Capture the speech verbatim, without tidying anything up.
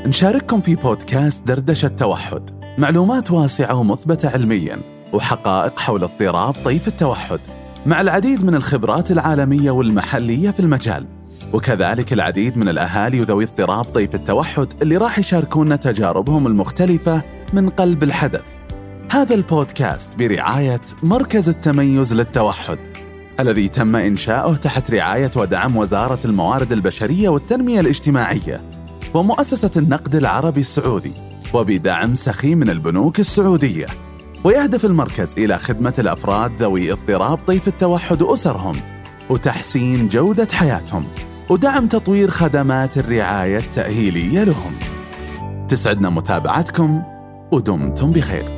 نشارككم في بودكاست دردشة توحد، معلومات واسعة ومثبتة علمياً وحقائق حول اضطراب طيف التوحد، مع العديد من الخبرات العالمية والمحلية في المجال، وكذلك العديد من الأهالي وذوي اضطراب طيف التوحد اللي راح يشاركونا تجاربهم المختلفة من قلب الحدث. هذا البودكاست برعاية مركز التميز للتوحد، الذي تم إنشاؤه تحت رعاية ودعم وزارة الموارد البشرية والتنمية الاجتماعية ومؤسسة النقد العربي السعودي، وبدعم سخي من البنوك السعودية. ويهدف المركز إلى خدمة الأفراد ذوي اضطراب طيف التوحد وأسرهم، وتحسين جودة حياتهم، ودعم تطوير خدمات الرعاية التأهيلية لهم. تسعدنا متابعتكم ودمتم بخير.